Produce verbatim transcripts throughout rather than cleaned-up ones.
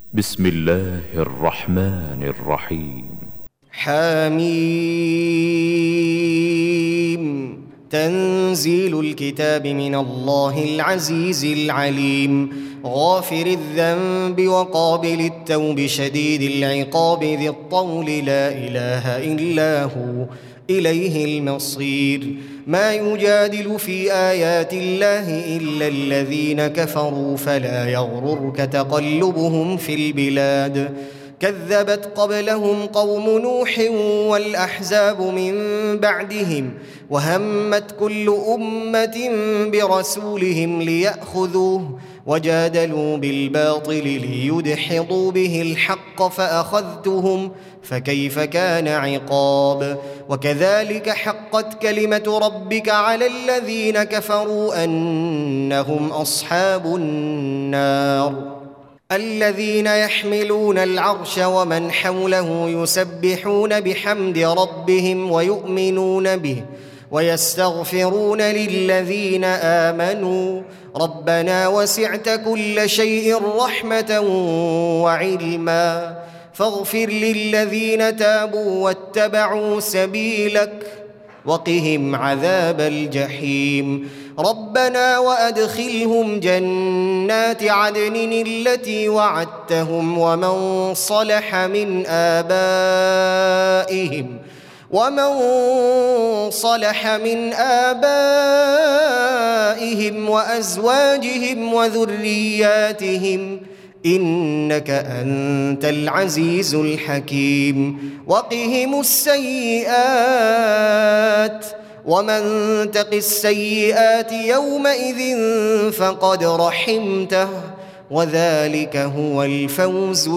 بسم الله الرحمن الرحيم. حميم. تنزيل الكتاب من الله العزيز العليم، غافر الذنب وقابل التوب شديد العقاب ذي الطول، لا إله إلا هو إليه المصير. ما يجادل في آيات الله إلا الذين كفروا، فلا يغررك تقلبهم في البلاد. كذبت قبلهم قوم نوح والأحزاب من بعدهم، وهمت كل أمة برسولهم ليأخذوه، وجادلوا بالباطل ليدحضوا به الحق فأخذتهم، فكيف كان عقاب. وكذلك حقت كلمة ربك على الذين كفروا أنهم أصحاب النار. الذين يحملون العرش ومن حوله يسبحون بحمد ربهم ويؤمنون به ويستغفرون للذين آمنوا ربنا وسعت كل شيء رحمة وعلما فاغفر للذين تابوا واتبعوا سبيلك وقهم عذاب الجحيم. ربنا وأدخلهم جنات عدن التي وعدتهم ومن صلح من آبائهم ومن صلح من آبائهم وأزواجهم وذرياتهم إنك أنت العزيز الحكيم. وقهم السيئات ومن تق السيئات يومئذ فقد رحمته وذلك هو الفوز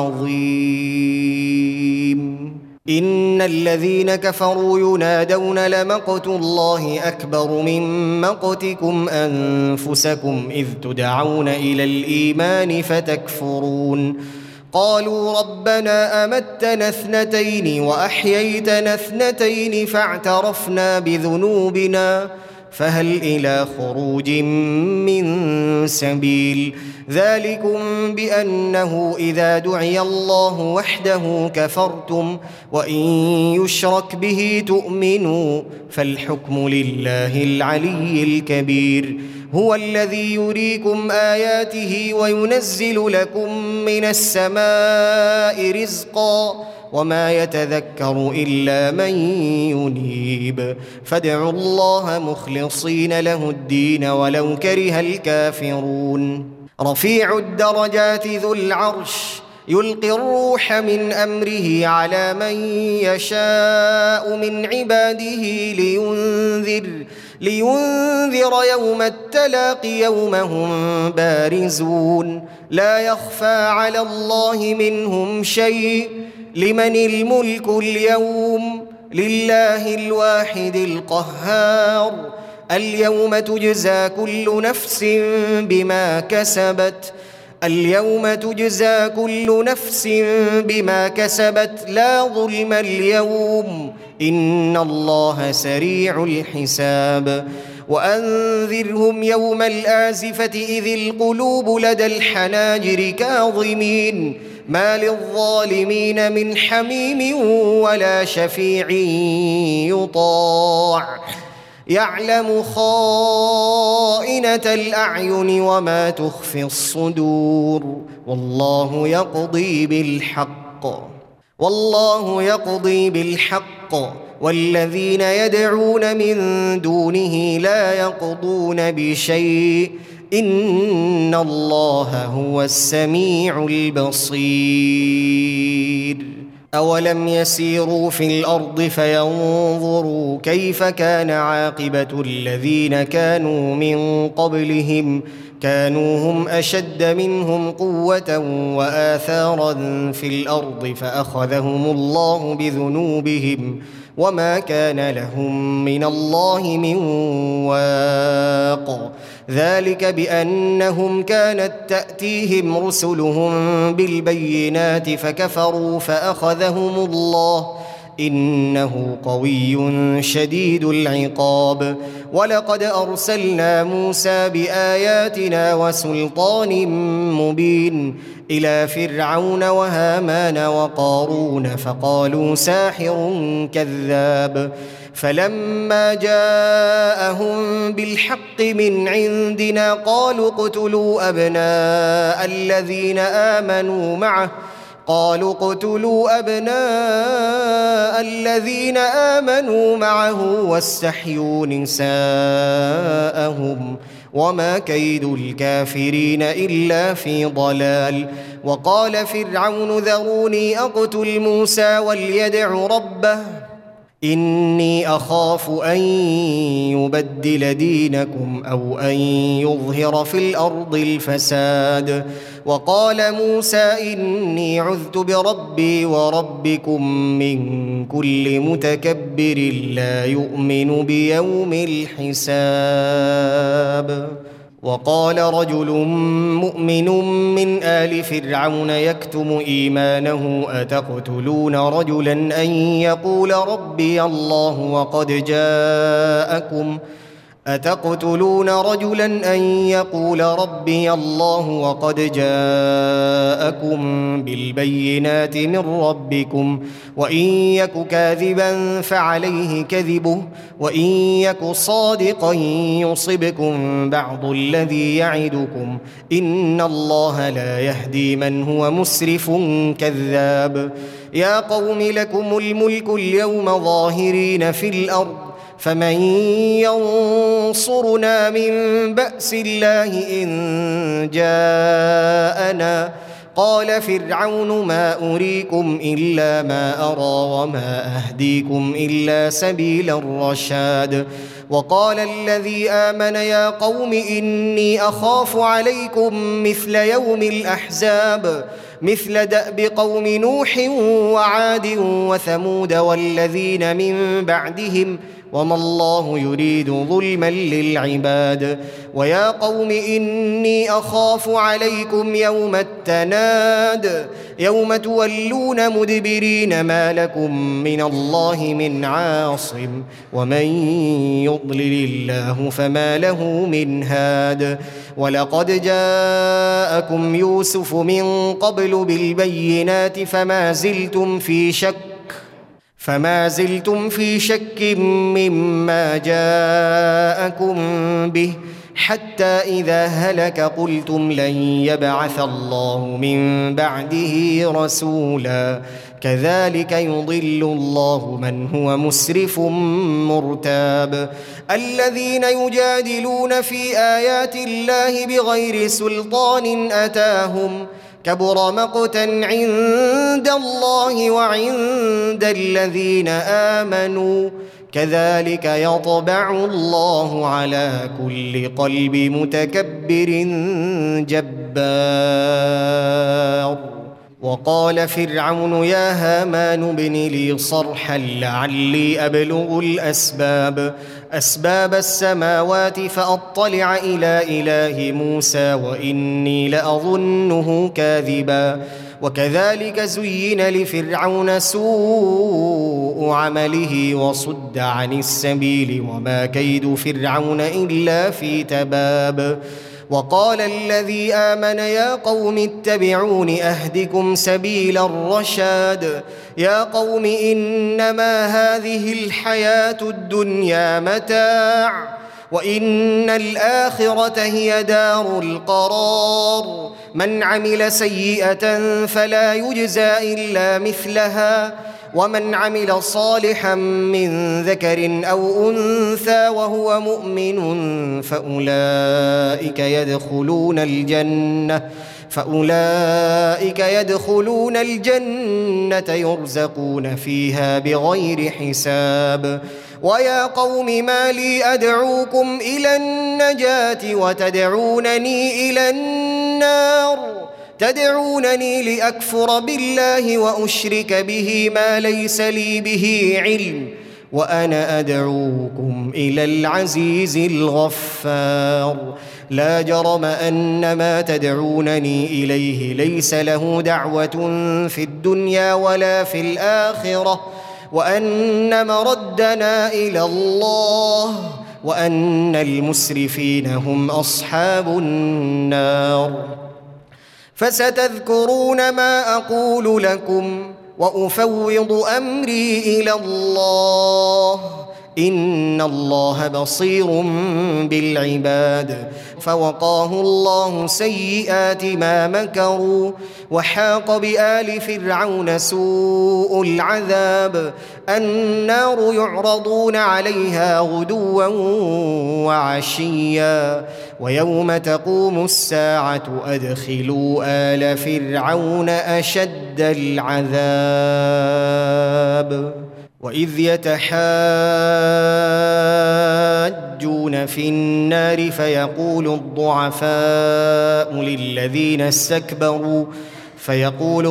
العظيم. إن الذين كفروا ينادون لمقت الله أكبر من مقتكم أنفسكم إذ تدعون إلى الإيمان فتكفرون. قالوا ربنا أمتنا اثنتين وأحييتنا اثنتين فاعترفنا بذنوبنا فهل إلى خروج من سبيل. ذلكم بأنه إذا دعي الله وحده كفرتم وإن يشرك به تؤمنوا فالحكم لله العلي الكبير. هو الذي يريكم آياته وينزل لكم من السماء رزقا وما يتذكر إلا من ينيب. فادعوا الله مخلصين له الدين ولو كره الكافرون. رفيع الدرجات ذو العرش يلقي الروح من أمره على من يشاء من عباده لينذر لينذر يوم التلاق يوم هم بارزون لا يخفى على الله منهم شيء. لمن الملك اليوم لله الواحد القهار. اليوم تجزى كل نفس بما كسبت اليوم تجزى كل نفس بما كسبت لا ظلم اليوم إن الله سريع الحساب. وأنذرهم يوم الآزفة إذ القلوب لدى الحناجر كاظمين ما للظالمين من حميم ولا شفيع يطاع يعلم خائنة الأعين وما تخفي الصدور والله يقضي بالحق والله يقضي بالحق والذين يدعون من دونه لا يقضون بشيء إن الله هو السميع البصير. أولم يسيروا في الأرض فينظروا كيف كان عاقبة الذين كانوا من قبلهم كانوا هم أشد منهم قوة وآثارا في الأرض فأخذهم الله بذنوبهم وما كان لهم من الله من واق. ذلك بأنهم كانت تأتيهم رسلهم بالبينات فكفروا فأخذهم الله إنه قوي شديد العقاب. ولقد أرسلنا موسى بآياتنا وسلطان مبين إلى فرعون وهامان وقارون فقالوا ساحر كذاب. فلما جاءهم بالحق من عندنا قالوا اقتلوا أبناء الذين آمنوا معه قالوا اقتلوا أبناء الذين آمنوا معه واستحيوا نساءهم وما كيد الكافرين إلا في ضلال. وقال فرعون ذروني أقتل موسى وليدع ربه إني أخاف أن يبدل دينكم أو أن يظهر في الأرض الفساد. وقال موسى إني عذت بربي وربكم من كل متكبر لا يؤمن بيوم الحساب. وقال رجل مؤمن من آل فرعون يكتم إيمانه أتقتلون رجلا أن يقول ربي الله وقد جاءكم أتقتلون رجلا أن يقول ربي الله وقد جاءكم بالبينات من ربكم وإن يك كاذبا فعليه كذبه وإن يك صادقا يصبكم بعض الذي يعدكم إن الله لا يهدي من هو مسرف كذاب. يا قوم لكم الملك اليوم ظاهرين في الأرض فمن ينصرنا من بأس الله إن جاءنا. قال فرعون ما أريكم إلا ما أرى وما أهديكم إلا سبيل الرشاد. وقال الذي آمن يا قوم إني أخاف عليكم مثل يوم الأحزاب مثل دأب قوم نوح وعاد وثمود والذين من بعدهم وما الله يريد ظلما للعباد. ويا قوم إني أخاف عليكم يوم التناد يوم تولون مدبرين ما لكم من الله من عاصم ومن يضلل الله فما له من هاد. ولقد جاءكم يوسف من قبل بالبينات فما زلتم في شك فما زلتم في شك مما جاءكم به حتى إذا هلك قلتم لن يبعث الله من بعده رسولا كذلك يضل الله من هو مسرف مرتاب. الذين يجادلون في آيات الله بغير سلطان أتاهم كبر مقتا عند الله وعند الذين آمنوا كذلك يطبع الله على كل قلب متكبر جبار. وقال فرعون يا هامان ابن لي صرحا لعلي أبلغ الأسباب أسباب السماوات فأطلع إلى إله موسى وإني لأظنه كاذبا. وكذلك زين لفرعون سوء عمله وصد عن السبيل وما كيد فرعون إلا في تباب. وقال الذي آمن يا قوم اتبعون أهدكم سبيل الرشاد. يا قوم إنما هذه الحياة الدنيا متاع وإن الآخرة هي دار القرار. من عمل سيئة فلا يجزى إلا مثلها ومن عمل صالحا من ذكر أو أنثى وهو مؤمن فأولئك يدخلون الجنة فأولئك يدخلون الجنة يرزقون فيها بغير حساب. ويا قوم ما لي أدعوكم إلى النجاة وتدعونني إلى النار تدعونني لأكفر بالله وأشرك به ما ليس لي به علم وأنا أدعوكم إلى العزيز الغفار. لا جرم أن ما تدعونني إليه ليس له دعوة في الدنيا ولا في الآخرة وأن مردنا إلى الله وأن المسرفين هم أصحاب النار. فستذكرون ما أقول لكم وأفوض أمري إلى الله إن الله بصير بالعباد. فوقاه الله سيئات ما مكروا وحاق بآل فرعون سوء العذاب. النار يعرضون عليها غدوا وعشيا ويوم تقوم الساعة أدخلوا آل فرعون أشد العذاب. وإذ يتحاجون في النار فيقول الضعفاء للذين استكبروا فيقول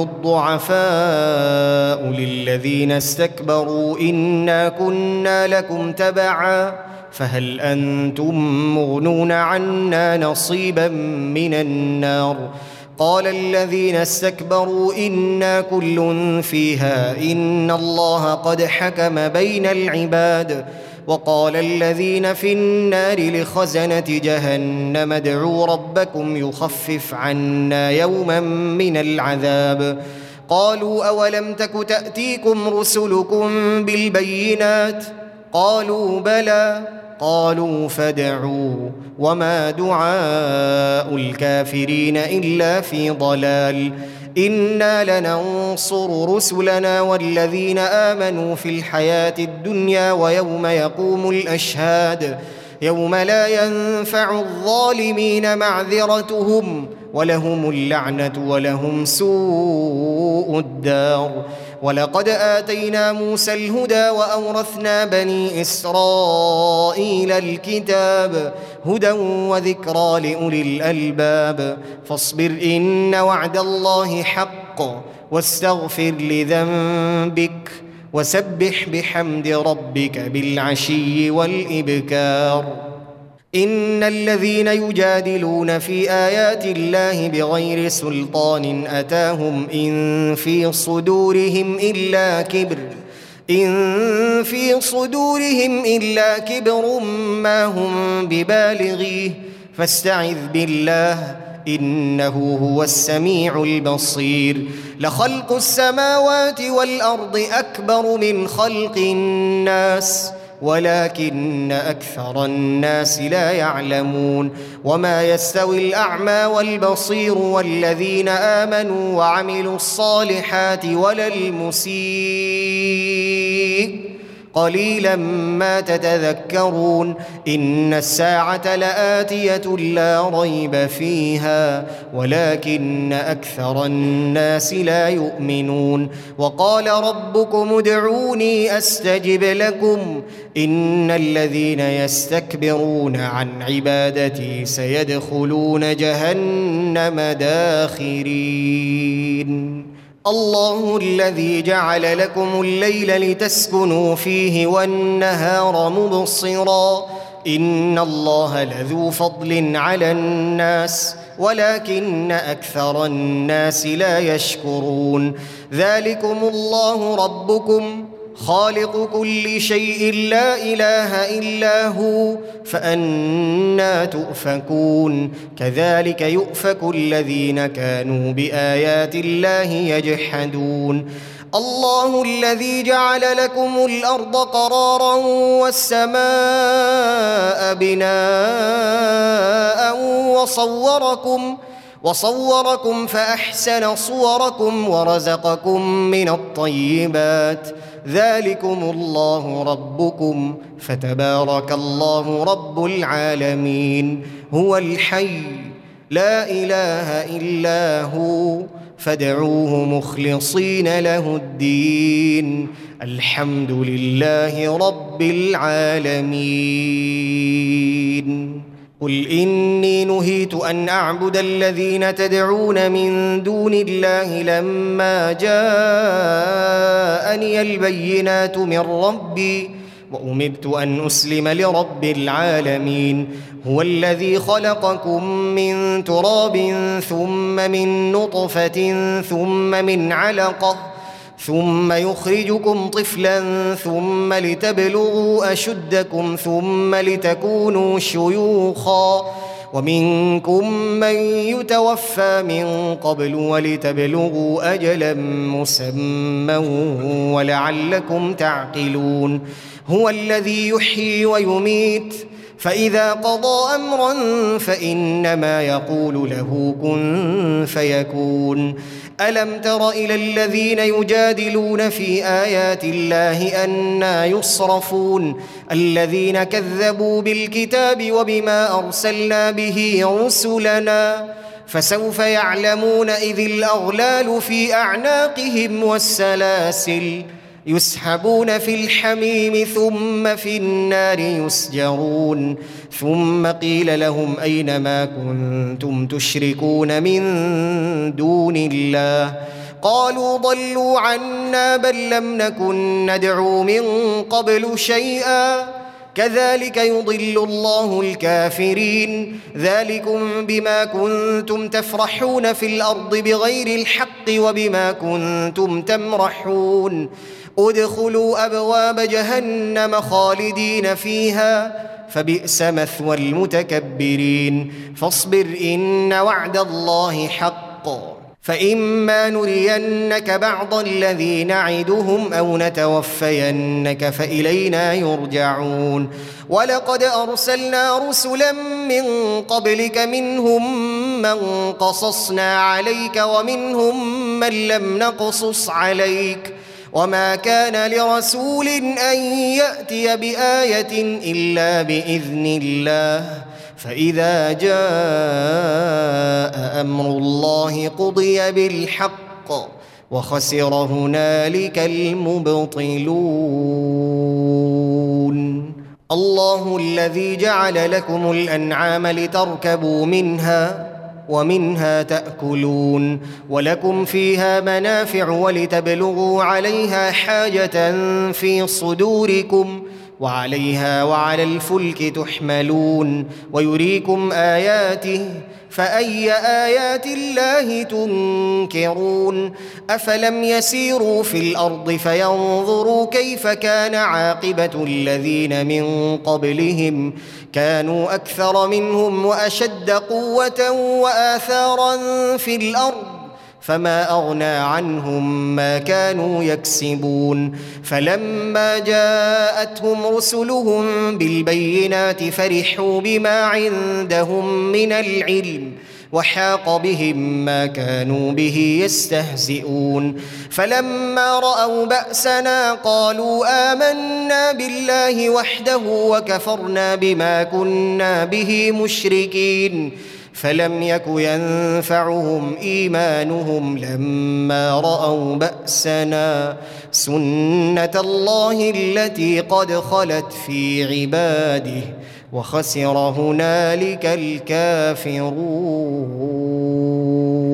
الضعفاء للذين استكبروا إنا كنا لكم تبعا فهل أنتم مغنون عنا نصيبا من النار. قال الذين استكبروا إنا كل فيها إن الله قد حكم بين العباد. وقال الذين في النار لخزنة جهنم ادعوا ربكم يخفف عنا يوما من العذاب. قالوا أولم تك تأتيكم رسلكم بالبينات قالوا بلى قالوا فادعوا وما دعاء الكافرين إلا في ضلال. إنا لننصر رسلنا والذين آمنوا في الحياة الدنيا ويوم يقوم الأشهاد يوم لا ينفع الظالمين معذرتهم ولهم اللعنة ولهم سوء الدار. ولقد آتينا موسى الهدى وأورثنا بني إسرائيل الكتاب هدى وذكرى لأولي الألباب. فاصبر إن وعد الله حق واستغفر لذنبك وسبح بحمد ربك بالعشي والإبكار. إن الذين يجادلون في آيات الله بغير سلطان أتاهم إن في صدورهم إلا كبر إن في صدورهم إلا كبر ما هم ببالغيه فاستعذ بالله إنه هو السميع البصير. لخلق السماوات والأرض أكبر من خلق الناس ولكن أكثر الناس لا يعلمون. وما يستوي الأعمى والبصير والذين آمنوا وعملوا الصالحات ولا المسيء قليلا ما تتذكرون. إن الساعة لآتية لا ريب فيها ولكن أكثر الناس لا يؤمنون. وقال ربكم ادعوني أستجب لكم إن الذين يستكبرون عن عبادتي سيدخلون جهنم داخرين. الله الذي جعل لكم الليل لتسكنوا فيه والنهار مبصرا إن الله لذو فضل على الناس ولكن أكثر الناس لا يشكرون. ذلكم الله ربكم خالق كل شيء لا إله إلا هو فأنا تؤفكون. كذلك يؤفك الذين كانوا بآيات الله يجحدون. الله الذي جعل لكم الأرض قرارا والسماء بناء وصوركم وصوركم فأحسن صوركم ورزقكم من الطيبات. ذلكم الله ربكم فتبارك الله رب العالمين. هو الحي لا إله إلا هو فادعوه مخلصين له الدين الحمد لله رب العالمين. قل إني نهيت أن أعبد الذين تدعون من دون الله لما جاءني البينات من ربي وأمرت أن أسلم لرب العالمين. هو الذي خلقكم من تراب ثم من نطفة ثم من علقة ثم يخرجكم طفلا ثم لتبلغوا أشدكم ثم لتكونوا شيوخا ومنكم من يتوفى من قبل ولتبلغوا أجلا مسمى ولعلكم تعقلون هو الذي يحيي ويميت فإذا قضى أمرا فإنما يقول له كن فيكون ألم تر إلى الذين يجادلون في آيات الله أنى يصرفون الذين كذبوا بالكتاب وبما أرسلنا به رسلنا فسوف يعلمون إذ الأغلال في أعناقهم والسلاسل يسحبون في الحميم ثم في النار يسجرون ثم قيل لهم أين ما كنتم تشركون من دون الله قالوا ضلوا عنا بل لم نكن ندعو من قبل شيئا كذلك يضل الله الكافرين ذلكم بما كنتم تفرحون في الأرض بغير الحق وبما كنتم تمرحون ادخلوا أبواب جهنم خالدين فيها فبئس مثوى المتكبرين فاصبر إن وعد الله حق فإما نرينك بعض الذي نعدهم أو نتوفينك فإلينا يرجعون ولقد أرسلنا رسلا من قبلك منهم من قصصنا عليك ومنهم من لم نقصص عليك وما كان لرسول أن يأتي بآية إلا بإذن الله فإذا جاء أمر الله قضي بالحق وخسر هنالك المبطلون الله الذي جعل لكم الأنعام لتركبوا منها ومنها تأكلون ولكم فيها منافع ولتبلغوا عليها حاجة في صدوركم وعليها وعلى الفلك تحملون ويريكم آياته فأي آيات الله تنكرون أفلم يسيروا في الأرض فينظروا كيف كان عاقبة الذين من قبلهم كانوا أكثر منهم وأشد قوة وآثارا في الأرض فما أغنى عنهم ما كانوا يكسبون فلما جاءتهم رسلهم بالبينات فرحوا بما عندهم من العلم وحاق بهم ما كانوا به يستهزئون فلما رأوا بأسنا قالوا آمنا بالله وحده وكفرنا بما كنا به مشركين فلم يك ينفعهم إيمانهم لما رأوا بأسنا سنة الله التي قد خلت في عباده وخسر هنالك الكافرون